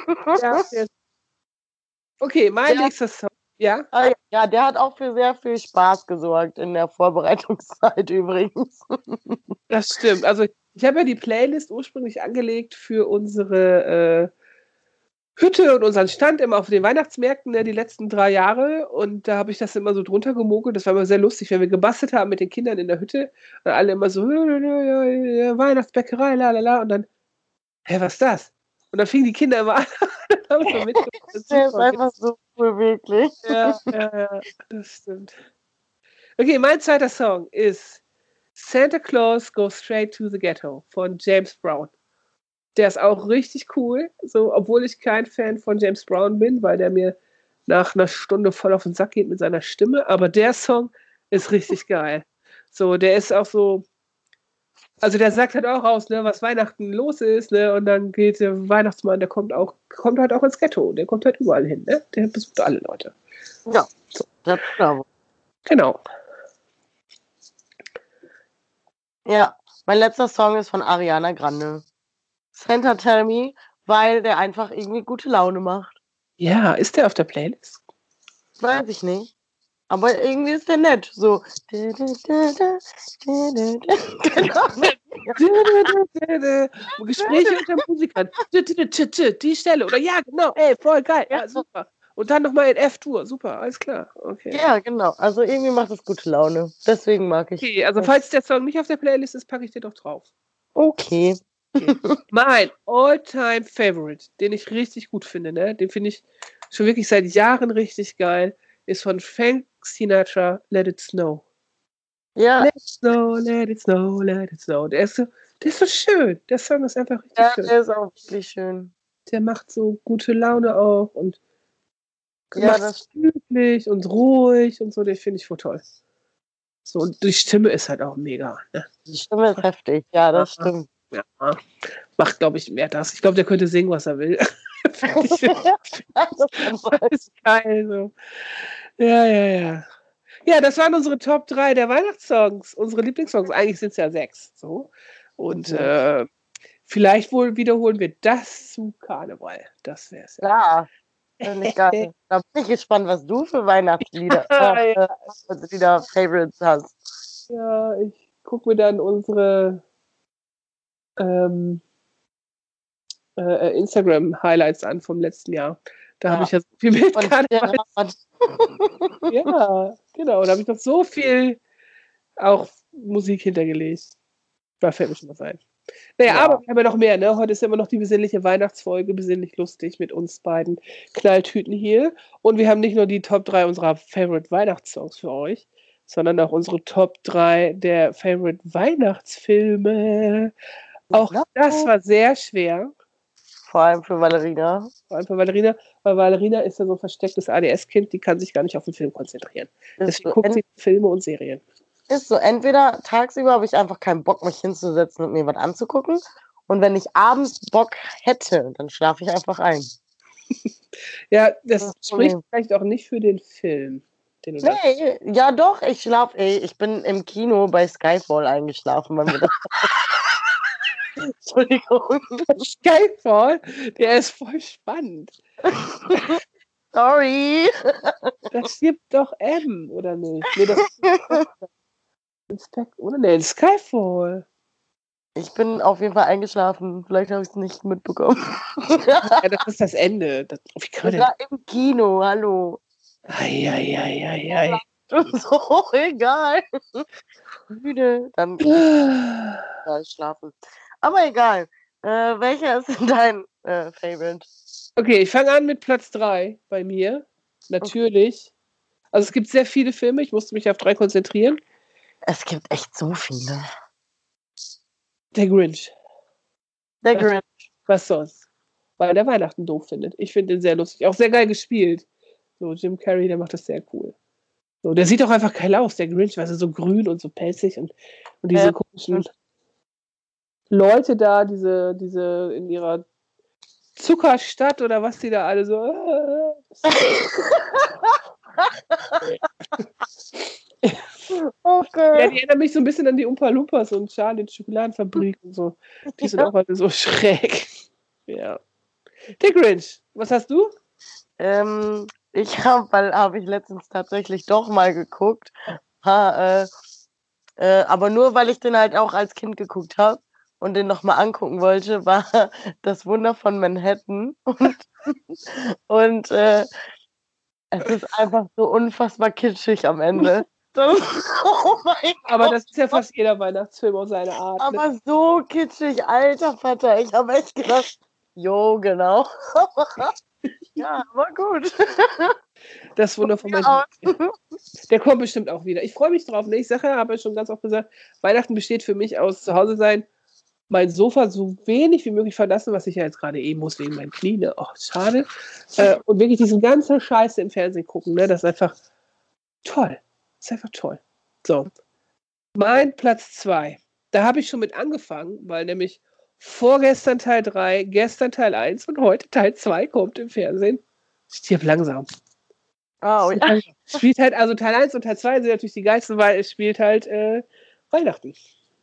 Okay, mein nächster Song. Ja?
Ja, der hat auch für sehr viel Spaß gesorgt in der Vorbereitungszeit übrigens.
Das stimmt. Also ich habe ja die Playlist ursprünglich angelegt für unsere Hütte und unseren Stand immer auf den Weihnachtsmärkten die letzten 3 Jahre. Und da habe ich das immer so drunter gemogelt. Das war immer sehr lustig, wenn wir gebastelt haben mit den Kindern in der Hütte. Und alle immer so, Weihnachtsbäckerei, lalala. Und dann, was ist das? Und dann fingen die Kinder immer an, haben so mitgemacht.
Der ist einfach so cool, wirklich.
Ja, das stimmt. Okay, mein zweiter Song ist Santa Claus Goes Straight to the Ghetto von James Brown. Der ist auch richtig cool, so, obwohl ich kein Fan von James Brown bin, weil der mir nach einer Stunde voll auf den Sack geht mit seiner Stimme, aber der Song ist richtig geil. So, der ist auch so, also der sagt halt auch aus, ne, was Weihnachten los ist, ne, und dann geht der Weihnachtsmann, der kommt halt auch ins Ghetto, der kommt halt überall hin, ne, der besucht alle Leute.
Ja, so, das genau.
Genau.
Ja, mein letzter Song ist von Ariana Grande. Santa Tell Me, weil der einfach irgendwie gute Laune macht.
Ja, ist der auf der Playlist?
Weiß ich nicht. Aber irgendwie ist der nett. So.
Gespräche unter Musikern. Die Stelle. Oder ja, genau. Ey, voll geil. Ja, super. Und dann nochmal in F-Dur. Super, alles klar. Okay.
Ja, genau. Also irgendwie macht es gute Laune. Deswegen mag ich.
Okay, also falls der Song nicht auf der Playlist ist, packe ich den doch drauf.
Okay.
Mein all-time Favorite, den ich richtig gut finde, ne? Den finde ich schon wirklich seit Jahren richtig geil, ist von Frank Sinatra, Let It Snow.
Ja.
Let it snow, let it snow, let it snow. Der ist so schön. Der Song ist einfach richtig schön.
Ja, der ist auch wirklich schön.
Der macht so gute Laune auch und
Ja,
macht es gemütlich und ruhig und so. Den finde ich voll toll. So, und die Stimme ist halt auch mega. Ne?
Die Stimme ist heftig. Ja, das stimmt.
Ja, macht, glaube ich, mehr das. Ich glaube, der könnte singen, was er will. Das ist geil. So. Ja. Ja, das waren unsere Top 3 der Weihnachtssongs. Unsere Lieblingssongs. Eigentlich sind es ja 6. So. Und vielleicht wiederholen wir das zu Karneval. Das wäre es ja.
Ja, finde ich geil. Da bin ich gespannt, was du für Weihnachtslieder, Favorites hast.
Ja, ich gucke mir dann unsere Instagram-Highlights an vom letzten Jahr. Da habe ich ja so viel mit Ja, genau. Da habe ich noch so viel auch Musik hintergelegt. Da fällt mir schon was ein. Naja, aber wir haben ja noch mehr, ne? Heute ist ja immer noch die besinnliche Weihnachtsfolge, besinnlich lustig mit uns beiden Knalltüten hier. Und wir haben nicht nur die Top 3 unserer Favorite Weihnachtssongs für euch, sondern auch unsere Top 3 der Favorite Weihnachtsfilme. Auch das war sehr schwer.
Vor allem für Valerina.
Weil Valerina ist ja so ein verstecktes ADS-Kind, die kann sich gar nicht auf den Film konzentrieren. Deswegen guckt sie Filme und Serien. Ist
so, entweder tagsüber habe ich einfach keinen Bock, mich hinzusetzen und mir was anzugucken. Und wenn ich abends Bock hätte, dann schlafe ich einfach ein.
Ja, das spricht vielleicht auch nicht für den Film.
Nee, ja doch, ich bin im Kino bei Skyfall eingeschlafen, weil mir das Entschuldigung.
Skyfall, der ist voll spannend.
Sorry.
Das gibt doch M, oder nicht? Nee, das Skyfall.
Ich bin auf jeden Fall eingeschlafen. Vielleicht habe ich es nicht mitbekommen.
Ja, das ist das Ende.
Ich war im Kino, hallo.
Ei.
So, egal. Müde, dann schlafen. Aber egal. Welcher ist denn dein Favorite?
Okay, ich fange an mit Platz 3 bei mir. Natürlich. Okay. Also es gibt sehr viele Filme. Ich musste mich auf 3 konzentrieren.
Es gibt echt so viele.
Der Grinch.
Der Grinch.
Was sonst? Weil der Weihnachten doof findet. Ich finde den sehr lustig. Auch sehr geil gespielt. So, Jim Carrey, der macht das sehr cool. So, der sieht auch einfach geil aus, der Grinch, weißt du, so grün und so pelzig und diese komischen Leute da, diese in ihrer Zuckerstadt oder was die da alle so. Okay. Ja, die erinnern mich so ein bisschen an die Umpa Lumpas und Charlie Schokoladenfabrik und so. Die sind auch alle so schräg. Ja. Der Grinch, was hast du?
Habe ich letztens tatsächlich doch mal geguckt. Aber nur, weil ich den halt auch als Kind geguckt habe und den nochmal angucken wollte, war Das Wunder von Manhattan. Und es ist einfach so unfassbar kitschig am Ende.
Oh mein Gott. Aber das ist ja fast jeder Weihnachtsfilm auf seine Art.
Aber so kitschig, alter Vater. Ich habe echt gedacht, jo, genau. Ja, war gut.
Das Wunder von meinem Der kommt bestimmt auch wieder. Ich freue mich drauf. Ne? Ich sage ja, habe ja schon ganz oft gesagt, Weihnachten besteht für mich aus Zuhause sein, mein Sofa so wenig wie möglich verlassen, was ich ja jetzt gerade muss wegen meinen Knien. Ne? Oh, schade. Und wirklich diesen ganzen Scheiße im Fernsehen gucken. Ne? Das ist einfach toll. Das ist einfach toll. So. Mein Platz 2. Da habe ich schon mit angefangen, weil nämlich vorgestern Teil 3, gestern Teil 1 und heute Teil 2 kommt im Fernsehen. Stirb langsam.
Oh, ja.
Spielt halt, also Teil 1 und Teil 2 sind natürlich die geilsten, weil es spielt halt Weihnachten.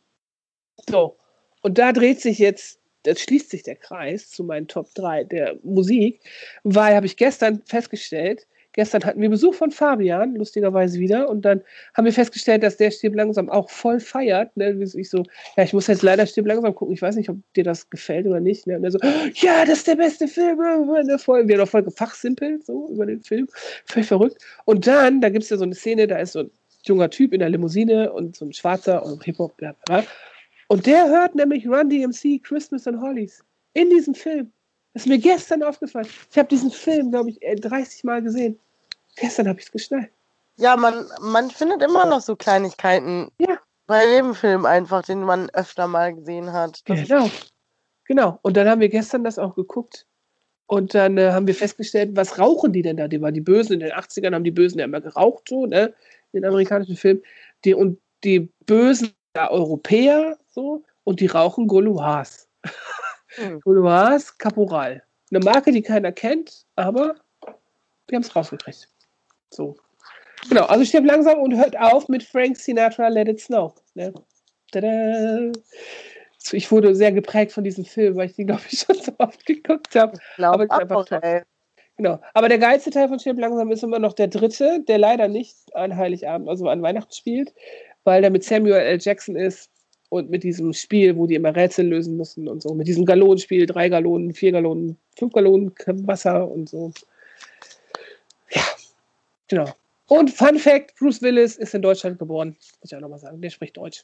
So. Und da dreht sich jetzt, das schließt sich der Kreis zu meinen Top 3 der Musik, weil, habe ich gestern festgestellt, gestern hatten wir Besuch von Fabian, lustigerweise wieder, und dann haben wir festgestellt, dass der Stirb langsam auch voll feiert. Ne? Ich so, ja, ich muss jetzt leider Stirb langsam gucken, ich weiß nicht, ob dir das gefällt oder nicht. Ne? Und er so, ja, das ist der beste Film. Ne? Voll, wir haben noch voll gefachsimpelt, so, über den Film. Völlig verrückt. Und dann, da gibt es ja so eine Szene, da ist so ein junger Typ in der Limousine und so ein Schwarzer und Hip-Hop, bla bla. Und der hört nämlich Run DMC, Christmas and Hollies in diesem Film. Das ist mir gestern aufgefallen. Ich habe diesen Film, glaube ich, 30 Mal gesehen. Gestern habe ich es geschnallt.
Ja, man findet immer noch so Kleinigkeiten bei jedem Film einfach, den man öfter mal gesehen hat.
Genau. Und dann haben wir gestern das auch geguckt. Und dann haben wir festgestellt, was rauchen die denn da? Die waren die Bösen in den 80ern, haben die Bösen ja immer geraucht, so, ne? In den amerikanischen Filmen. Und die Bösen Europäer, so, und die rauchen Gaulois. Gaulois Caporal. Eine Marke, die keiner kennt, aber wir haben es rausgekriegt. So. Genau, also stirbt langsam und hört auf mit Frank Sinatra, Let It Snow. Ne? Tada! So, ich wurde sehr geprägt von diesem Film, weil ich den, glaube ich, schon so oft geguckt habe. Aber es ist einfach toll. Genau. Aber der geilste Teil von Stirb langsam ist immer noch der dritte, der leider nicht an Heiligabend, also an Weihnachten spielt, weil der mit Samuel L. Jackson ist und mit diesem Spiel, wo die immer Rätsel lösen müssen und so. Mit diesem Gallonenspiel, 3 Gallonen, 4 Gallonen, 5 Gallonen Wasser und so. Ja, genau. Und Fun Fact, Bruce Willis ist in Deutschland geboren. Muss ich auch nochmal sagen, der spricht Deutsch.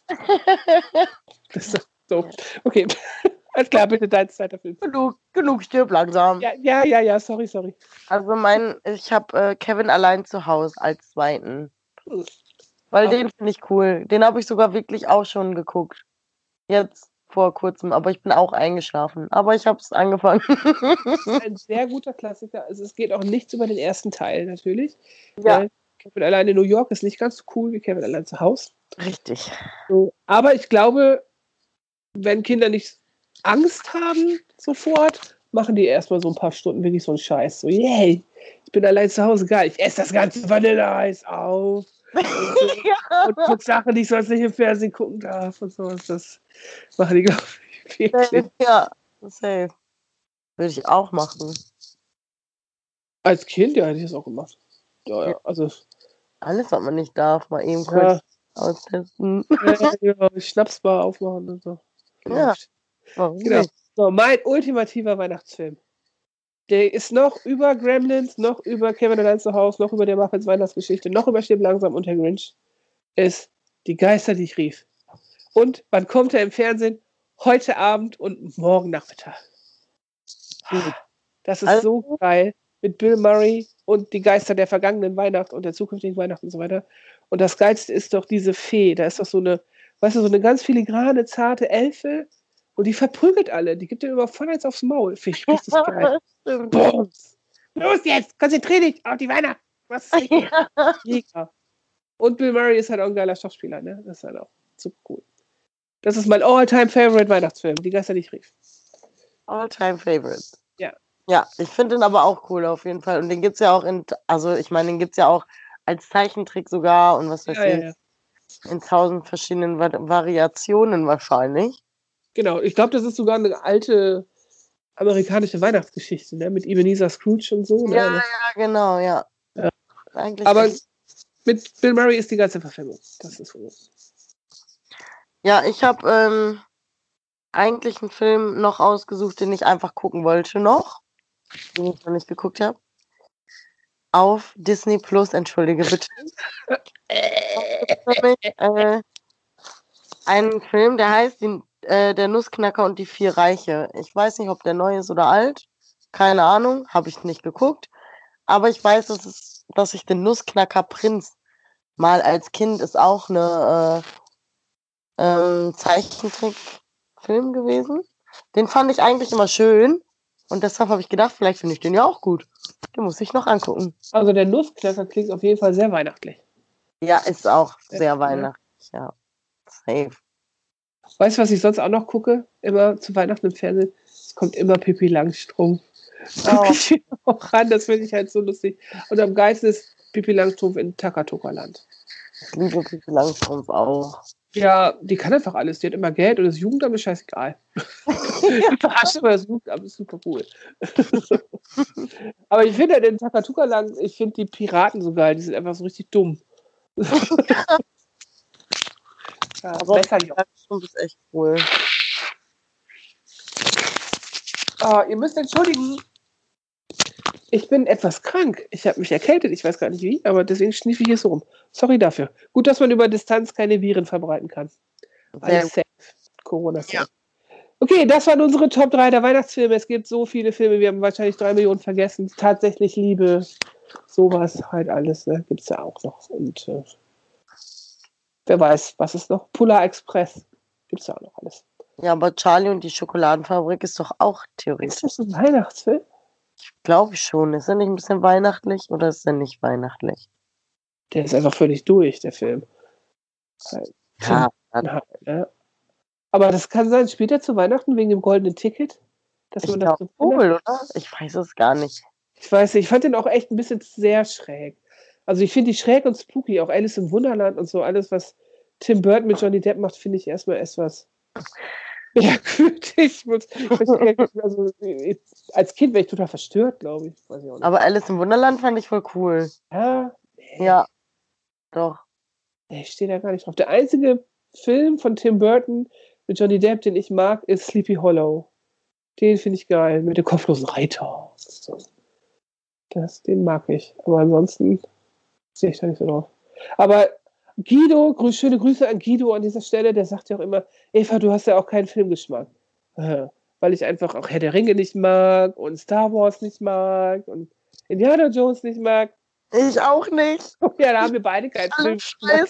Das ist so, okay. Alles klar, bitte dein zweiter Film.
Genug Stirb langsam.
Ja, sorry.
Also ich habe Kevin allein zu Hause als zweiten. Weil den finde ich cool. Den habe ich sogar wirklich auch schon geguckt. Jetzt vor kurzem, aber ich bin auch eingeschlafen. Aber ich habe es angefangen.
Ein sehr guter Klassiker. Also es geht auch nichts über den ersten Teil natürlich.
Ja.
Kevin allein in New York ist nicht ganz so cool wie Kevin allein zu Hause.
Richtig.
So, aber ich glaube, wenn Kinder nicht Angst haben sofort, machen die erstmal so ein paar Stunden wirklich so einen Scheiß. So, yay, ich bin allein zu Hause, geil. Ich esse das ganze Vanilleeis auf. Und guck Sachen, die ich sonst nicht im Fernsehen gucken darf und so. Das machen die, glaube ich, wirklich.
Ja, safe. Würde ich auch machen.
Als Kind, ja, hätte ich das auch gemacht. Ja, also.
Alles, was man nicht darf, mal eben kurz austesten.
Ja, Schnapsbar aufmachen und so.
Ja. Warum
Genau.
nicht?
So, mein ultimativer Weihnachtsfilm. Der ist noch über Gremlins, noch über Kevin allein zu Hause, noch über der Muppets Weihnachtsgeschichte, noch über Stirb langsam und der Grinch. Ist Die Geister, die ich rief. Und wann kommt er im Fernsehen? Heute Abend und morgen Nachmittag. Das ist so geil. Mit Bill Murray und die Geister der vergangenen Weihnacht und der zukünftigen Weihnacht und so weiter. Und das Geilste ist doch diese Fee. Da ist doch so eine, weißt du, so eine ganz filigrane, zarte Elfe. Und die verprügelt alle. Die gibt dir immer voll eins aufs Maul. Finde ich richtig geil. Bums. Los jetzt, konzentrier dich auf die Weihnacht. Was ist mega. Und Bill Murray ist halt auch ein geiler Schauspieler, ne? Das ist halt auch super cool. Das ist mein All-Time-Favorite Weihnachtsfilm. Die Geister, die ich rief.
All-Time-Favorite.
Ja.
Ja, ich finde den aber auch cool auf jeden Fall. Und den gibt's ja auch den gibt's ja auch als Zeichentrick sogar und was weiß ich. In 1000 verschiedenen Variationen wahrscheinlich.
Genau, ich glaube, das ist sogar eine alte amerikanische Weihnachtsgeschichte, ne? Mit Ebenezer Scrooge und so. Ne?
Ja, genau, ja. Eigentlich
aber mit Bill Murray ist die ganze Verfilmung. Das ist so.
Ja, ich habe eigentlich einen Film noch ausgesucht, den ich einfach gucken wollte den ich noch nicht geguckt habe. Auf Disney Plus, entschuldige bitte. Ein Film, der heißt Der Nussknacker und die 4 Reiche. Ich weiß nicht, ob der neu ist oder alt. Keine Ahnung, habe ich nicht geguckt. Aber ich weiß, dass ich den Nussknacker Prinz mal als Kind ist auch eine Zeichentrickfilm gewesen. Den fand ich eigentlich immer schön. Und deshalb habe ich gedacht, vielleicht finde ich den ja auch gut. Den muss ich noch angucken.
Also der Nussknacker klingt auf jeden Fall sehr weihnachtlich.
Ja, ist auch sehr
Ja.
weihnachtlich, ja. Safe.
Weißt du, was ich sonst auch noch gucke? Immer zu Weihnachten im Fernsehen? Es kommt immer Pippi Langstrumpf. Gucke ich mir auch an, das finde ich halt so lustig. Und am geilsten ist Pippi Langstrumpf in Takatuka-Land.
Ich liebe Pippi Langstrumpf auch.
Ja, die kann einfach alles. Die hat immer Geld und das Jugendamt ist scheißegal. Überrascht, aber das Jugendamt ist super cool. Aber ich finde halt in Takatuka-Land, ich finde die Piraten so geil. Die sind einfach so richtig dumm. Ja,
Aber
besser
Pippi Langstrumpf ist echt cool.
Ihr müsst entschuldigen, ich bin etwas krank. Ich habe mich erkältet, ich weiß gar nicht wie, aber deswegen schniefe ich hier so rum. Sorry dafür. Gut, dass man über Distanz keine Viren verbreiten kann. Alles safe. Corona safe. Ja. Okay, das waren unsere Top 3 der Weihnachtsfilme. Es gibt so viele Filme, wir haben wahrscheinlich 3 Millionen vergessen. Tatsächlich Liebe, sowas halt alles, ne? Gibt es ja auch noch. Und wer weiß, was ist noch? Polar Express. Gibt es ja auch noch alles.
Ja, aber Charlie und die Schokoladenfabrik ist doch auch theoretisch.
Ist das ein Weihnachtsfilm?
Glaube ich schon. Ist er nicht ein bisschen weihnachtlich oder ist er nicht weihnachtlich?
Der ist einfach völlig durch, der Film.
Ja.
Ne? Aber das kann sein, später zu Weihnachten wegen dem goldenen Ticket. Dass
Ich
man das
glaube wohl, oder? Ich weiß es gar nicht.
Ich weiß nicht, ich fand den auch echt ein bisschen sehr schräg. Also ich finde die schräg und spooky, auch Alice im Wunderland und so, alles, was Tim Burton mit Johnny Depp macht, finde ich erstmal etwas merkwürdig. Also, als Kind wäre ich total verstört, glaube ich. Weiß ich auch nicht.
Aber Alice im Wunderland fand ich voll cool.
Ja?
Ja, doch.
Ich stehe da gar nicht drauf. Der einzige Film von Tim Burton mit Johnny Depp, den ich mag, ist Sleepy Hollow. Den finde ich geil, mit dem kopflosen Reiter. So. Den mag ich. Aber ansonsten sehe ich da nicht so drauf. Aber Guido, schöne Grüße an Guido an dieser Stelle, der sagt ja auch immer, Eva, du hast ja auch keinen Filmgeschmack. Weil ich einfach auch Herr der Ringe nicht mag und Star Wars nicht mag und Indiana Jones nicht mag.
Ich auch nicht.
Ja, da haben wir beide keinen Filmgeschmack.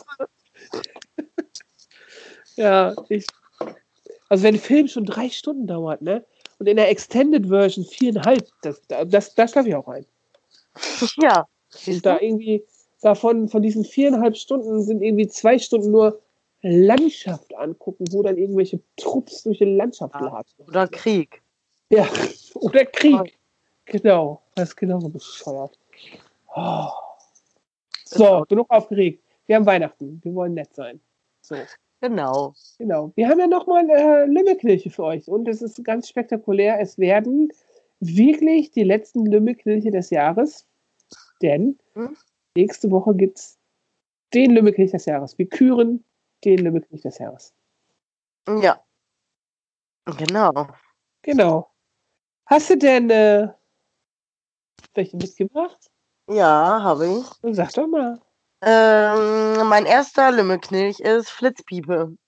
Ja, also wenn ein Film schon 3 Stunden dauert, ne? Und in der Extended Version 4,5, das schlafe ich auch ein.
Ja.
Und da irgendwie, von diesen 4,5 Stunden sind irgendwie 2 Stunden nur Landschaft angucken, wo dann irgendwelche Trupps durch die Landschaft latschen.
Oder Krieg.
Ja, oder Krieg. Genau, das ist genauso bescheuert. Oh. So, genug aufgeregt. Wir haben Weihnachten, wir wollen nett sein. So.
Genau.
Wir haben ja nochmal Lümmelknilche für euch und es ist ganz spektakulär. Es werden wirklich die letzten Lümmelknilche des Jahres, denn nächste Woche gibt es den Lümmelknilch des Jahres. Wir küren den Lümmelknilch des Jahres.
Ja. Genau.
Hast du denn welche mitgebracht?
Ja, habe ich.
Sag doch mal.
Mein erster Lümmelknilch ist Flitzpiepe.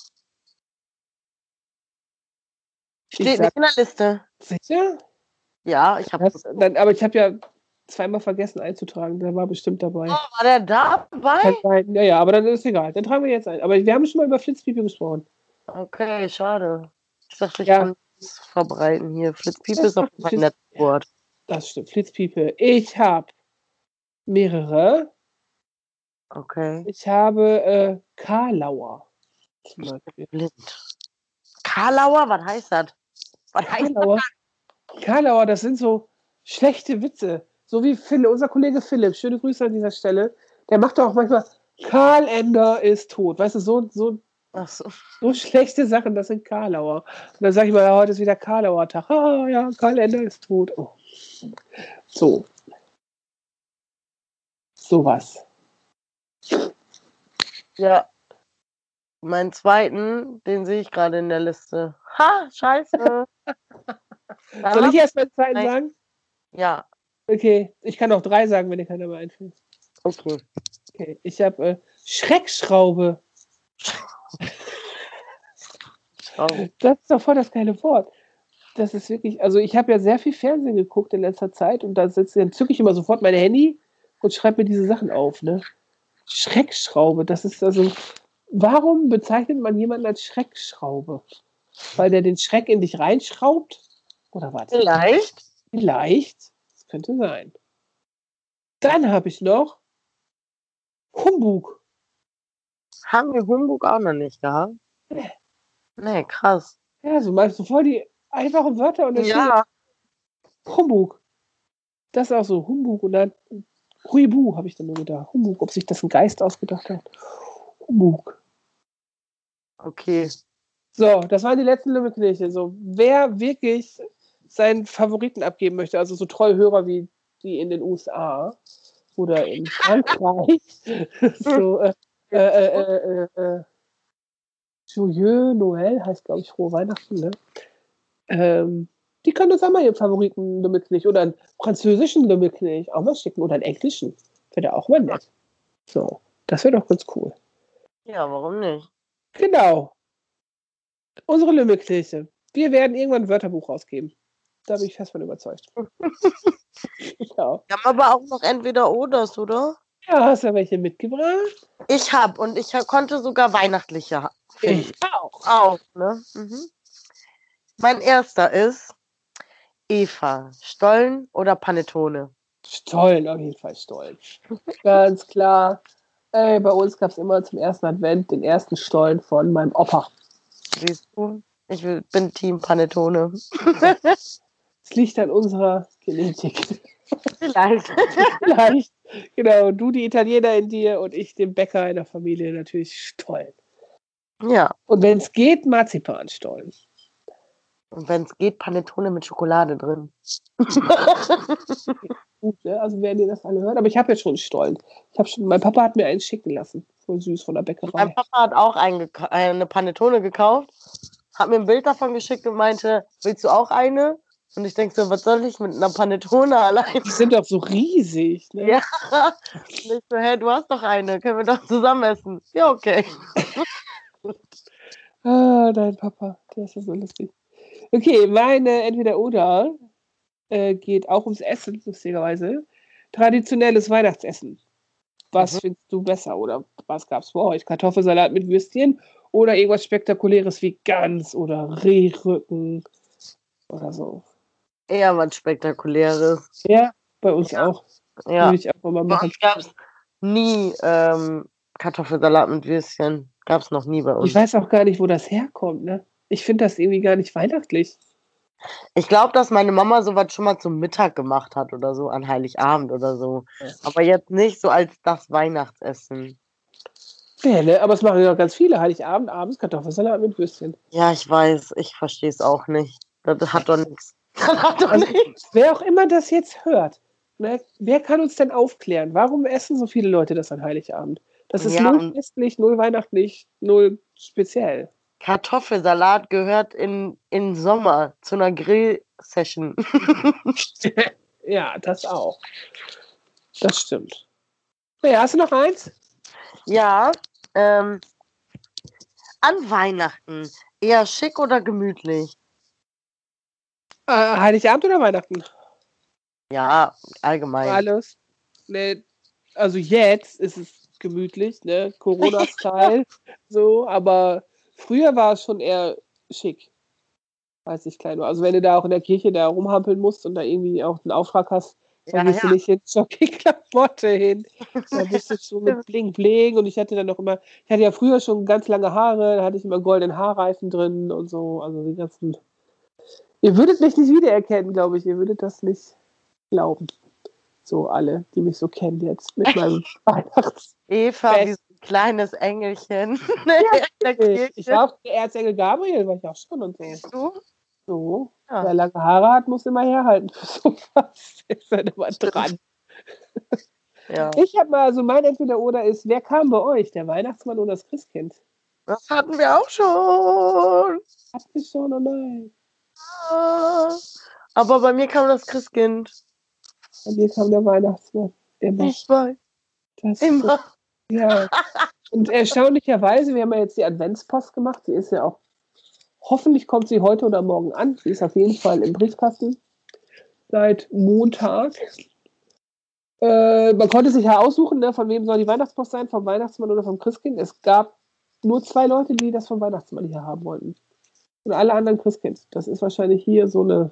Steht nicht in der Liste.
Sicher?
Ja, ich habe.
Aber ich habe ja zweimal vergessen einzutragen. Der war bestimmt dabei.
Oh, war der dabei?
Ja, aber dann ist es egal. Dann tragen wir jetzt ein. Aber wir haben schon mal über Flitzpiepe gesprochen.
Okay, schade. Ich dachte, ich kann es verbreiten hier. Flitzpiepe ist auf mein Netzwort.
Das stimmt, Flitzpiepe. Ich habe mehrere.
Okay.
Ich habe Karlauer.
Blind. Karlauer? Was heißt das?
Karlauer, das sind so schlechte Witze. So wie unser Kollege Philipp, schöne Grüße an dieser Stelle, der macht doch auch manchmal, Karl Ender ist tot. Weißt du, so schlechte Sachen, das sind Karlauer. Und dann sage ich mal, ja, heute ist wieder Karlauer Tag. Ah ja, Karl Ender ist tot. Oh. So. Sowas.
Ja. Meinen zweiten, den sehe ich gerade in der Liste. Ha, scheiße.
Soll ich erst meinen zweiten sagen?
Ja.
Okay, ich kann auch 3 sagen, wenn dir keiner mehr einfällt.
Okay.
Ich habe Schreckschraube. Das ist doch voll das geile Wort. Das ist wirklich, also ich habe ja sehr viel Fernsehen geguckt in letzter Zeit und dann zücke ich immer sofort mein Handy und schreibe mir diese Sachen auf, ne? Schreckschraube, das ist also, warum bezeichnet man jemanden als Schreckschraube? Weil der den Schreck in dich reinschraubt? Oder was?
Vielleicht.
Vielleicht. Das könnte sein. Dann habe ich noch Humbug.
Haben wir Humbug auch noch nicht gehabt? Nee, krass.
Ja, so meinst du voll die einfachen Wörter und dann
Ja.
steht Humbug. Das ist auch so, Humbug und dann Huibu, habe ich dann nur gedacht. Humbug, ob sich das ein Geist ausgedacht hat. Humbug.
Okay.
So, das waren die letzten Lümmelknechte. So, wer wirklich seinen Favoriten abgeben möchte, also so treue Hörer wie die in den USA oder in Frankreich, so, Joyeux Noël heißt, glaube ich, frohe Weihnachten, ne? Die können uns auch mal ihren Favoriten Lümmelknecht oder einen französischen Lümmelknecht auch mal schicken oder einen englischen. Wäre auch mal nett. So, das wäre doch ganz cool.
Ja, warum nicht?
Genau. Unsere Lümmelknechte. Wir werden irgendwann ein Wörterbuch rausgeben. Da bin ich fest von überzeugt. Genau.
Wir haben aber auch noch entweder Oders, oder?
Ja, hast du ja welche mitgebracht?
Ich konnte sogar weihnachtliche finden.
Ich auch.
Auch, ne? Mhm. Mein erster ist Eva. Stollen oder Panettone?
Stollen, auf jeden Fall Stollen. Ganz klar. Ey, bei uns gab es immer zum ersten Advent den ersten Stollen von meinem Opa.
Siehst du? Bin Team Panettone.
Es liegt an unserer Genetik.
Vielleicht.
Vielleicht. Genau, du die Italiener in dir und ich den Bäcker in der Familie natürlich Stollen.
Ja.
Und wenn es geht, Marzipanstollen.
Und wenn es geht, Panettone mit Schokolade drin.
Gut, ne? Also werden ihr das alle hören. Aber ich habe jetzt schon einen Stollen. Mein Papa hat mir einen schicken lassen. Voll süß von der Bäckerei.
Mein Papa hat auch eine Panettone gekauft, hat mir ein Bild davon geschickt und meinte, willst du auch eine? Und ich denke so, was soll ich mit einer Panettone allein?
Die sind doch so riesig, ne?
Ja. Und ich so, hey, du hast doch eine, können wir doch zusammen essen? Ja, okay.
Dein Papa, der ist ja so lustig. Okay, meine Entweder-Oder geht auch ums Essen, lustigerweise. Traditionelles Weihnachtsessen. Was findest du besser? Oder was gab es bei euch? Kartoffelsalat mit Würstchen oder irgendwas Spektakuläres wie Gans oder Rehrücken oder so?
Eher was Spektakuläres.
Ja, bei uns auch.
Ja.
Würde ich auch mal
Bei
machen.
uns gab es nie Kartoffelsalat mit Würstchen. Gab es noch nie bei uns.
Ich weiß auch gar nicht, wo das herkommt, ne? Ich finde das irgendwie gar nicht weihnachtlich.
Ich glaube, dass meine Mama sowas schon mal zum Mittag gemacht hat oder so, an Heiligabend oder so. Aber jetzt nicht so als das Weihnachtsessen.
Ja, ne? Aber es machen ja ganz viele. Heiligabend, abends Kartoffelsalat mit Würstchen.
Ja, ich weiß. Ich verstehe es auch nicht. Das hat doch nichts. Das hat doch nichts.
Wer auch immer das jetzt hört, ne? Wer kann uns denn aufklären? Warum essen so viele Leute das an Heiligabend? Das ist
Ja,
null festlich, null weihnachtlich, null speziell.
Kartoffelsalat gehört in Sommer zu einer Grill-Session.
Ja, das auch. Das stimmt. Naja, hast du noch eins?
Ja, an Weihnachten eher schick oder gemütlich?
Heiligabend oder Weihnachten?
Ja, allgemein.
Alles. Ne, also jetzt ist es gemütlich, ne? Corona-Style, so, aber früher war es schon eher schick. Weiß ich, klein war. Also wenn du da auch in der Kirche da rumhampeln musst und da irgendwie auch einen Auftrag hast, dann gehst du nicht in Jockey-Klamotte hin. Da bist du schon mit Bling Bling und ich hatte ja früher schon ganz lange Haare, da hatte ich immer goldenen Haarreifen drin und so, also die ganzen. Ihr würdet mich nicht wiedererkennen, glaube ich, ihr würdet das nicht glauben. So alle, die mich so kennen jetzt mit meinem Weihnachts.
Eva, wie so ein kleines Engelchen.
Ja, ich war auch der Erzengel Gabriel, war ich auch schon und so.
Siehst du?
So,
Ja.
wer lange Haare hat, muss immer herhalten für sowas. Ist dann immer dran.
Ja.
Ich habe mal, also mein Entweder-Oder ist, wer kam bei euch, der Weihnachtsmann oder das Christkind?
Das hatten wir auch schon.
Habt ihr schon oder nein?
Aber bei mir kam das Christkind.
Bei mir kam der Weihnachtsmann. Immer.
Ich weiß.
Das
Immer.
Ja. Und erstaunlicherweise, wir haben ja jetzt die Adventspost gemacht, die ist ja auch Hoffentlich kommt sie heute oder morgen an. Sie ist auf jeden Fall im Briefkasten seit Montag. Man konnte sich ja aussuchen, ne, von wem soll die Weihnachtspost sein, vom Weihnachtsmann oder vom Christkind. Es gab nur 2 Leute, die das vom Weihnachtsmann hier haben wollten. Und alle anderen Christkind. Das ist wahrscheinlich hier so eine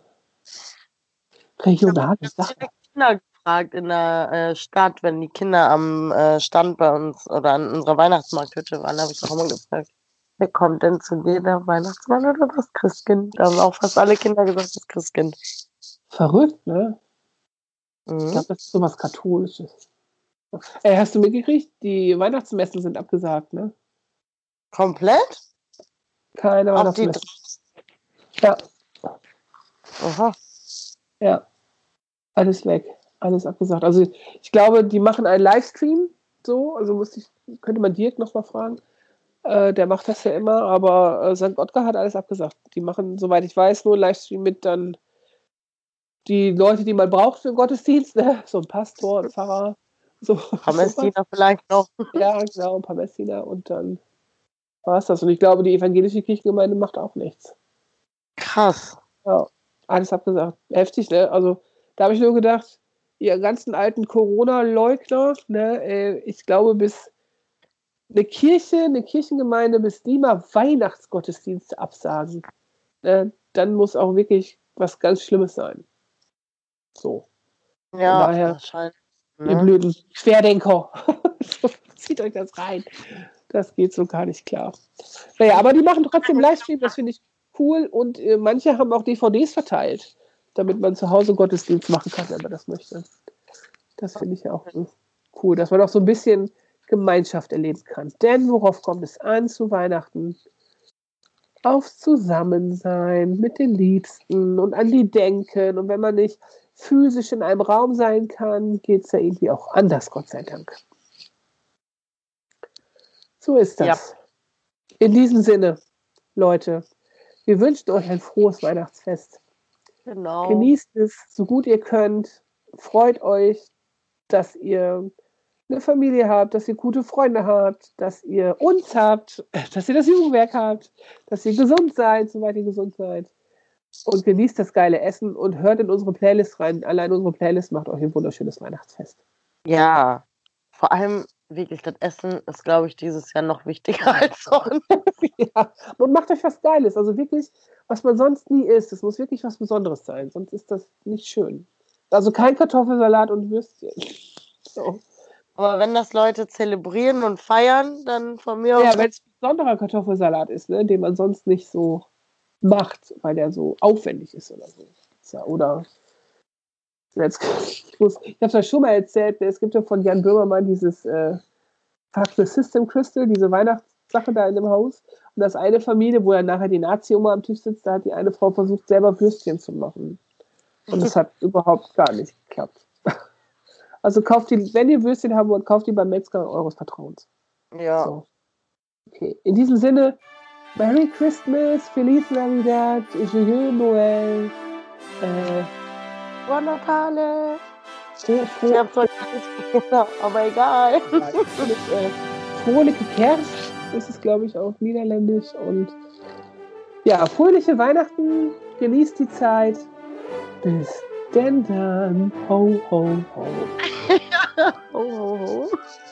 regionale Sache.
Ich habe Kinder gefragt in der Stadt, wenn die Kinder am Stand bei uns oder an unserer Weihnachtsmarkthütte waren, habe ich auch immer gefragt, wer kommt denn zu dir, der Weihnachtsmann oder das Christkind? Da haben auch fast alle Kinder gesagt, das Christkind.
Verrückt, ne? Ich glaube, das ist sowas Katholisches. Hast du mitgekriegt? Die Weihnachtsmessen sind abgesagt, ne?
Komplett?
Keine
Auf die
Weihnachtsmessen. Ja.
Aha.
Ja. Alles weg. Alles abgesagt. Also ich glaube, die machen einen Livestream. So, also könnte man Dirk nochmal fragen. Der macht das ja immer, aber St. Ottgar hat alles abgesagt. Die machen, soweit ich weiß, nur einen Livestream mit dann die Leute, die man braucht für den Gottesdienst, ne? So ein Pastor, ein Pfarrer, so.
Ein paar Messdiener vielleicht noch.
Ja, genau, ein paar Messdiener und dann war es das. Und ich glaube, die evangelische Kirchengemeinde macht auch nichts.
Krass.
Ja, alles abgesagt. Heftig, ne? Also da habe ich nur gedacht, ihr ganzen alten Corona-Leugner, ne? Ich glaube, bis eine Kirchengemeinde, bis die mal Weihnachtsgottesdienste absagen, dann muss auch wirklich was ganz Schlimmes sein. So.
Ja,
daher,
wahrscheinlich.
ihr blöden Querdenker. Zieht euch das rein. Das geht so gar nicht klar. Naja, aber die machen trotzdem Livestream, das finde ich cool. Und manche haben auch DVDs verteilt, damit man zu Hause Gottesdienst machen kann, wenn man das möchte. Das finde ich ja auch cool, dass man auch so ein bisschen Gemeinschaft erleben kann. Denn worauf kommt es an zu Weihnachten? Aufs Zusammensein mit den Liebsten und an die denken. Und wenn man nicht physisch in einem Raum sein kann, geht es ja irgendwie auch anders, Gott sei Dank. So ist das. Ja. In diesem Sinne, Leute, wir wünschen euch ein frohes Weihnachtsfest.
Genau.
Genießt es, so gut ihr könnt. Freut euch, dass ihr eine Familie habt, dass ihr gute Freunde habt, dass ihr uns habt, dass ihr das Jugendwerk habt, dass ihr gesund seid, soweit ihr gesund seid. Und genießt das geile Essen und hört in unsere Playlist rein. Allein unsere Playlist macht euch ein wunderschönes Weihnachtsfest.
Ja, vor allem wirklich das Essen ist, glaube ich, dieses Jahr noch wichtiger als sonst.
Ja, und macht euch was Geiles. Also wirklich, was man sonst nie isst. Es muss wirklich was Besonderes sein, sonst ist das nicht schön. Also kein Kartoffelsalat und Würstchen. So.
Aber wenn das Leute zelebrieren und feiern, dann von mir aus.
Ja, wenn es ein besonderer Kartoffelsalat ist, ne, den man sonst nicht so macht, weil der so aufwendig ist oder so. Ja, oder ich habe es ja schon mal erzählt, es gibt ja von Jan Böhmermann dieses Fuck the System Crystal, diese Weihnachtssache da in dem Haus. Und das eine Familie, wo ja nachher die Nazi-Oma am Tisch sitzt, da hat die eine Frau versucht, selber Würstchen zu machen. Und das hat überhaupt gar nicht geklappt. Also kauft die, wenn ihr Würstchen haben wollt, kauft die beim Metzger eures Vertrauens.
Ja.
So. Okay, in diesem Sinne, Merry Christmas, Feliz Navidad, Joyeux Noël,
Buon Natale. Ich hab's heute nicht gesehen, aber egal.
Frohliche Kerst ist es, glaube ich, auf Niederländisch. Und ja, fröhliche Weihnachten, genießt die Zeit. Bis denn dann. Ho, ho, ho.
Ho, ho, ho.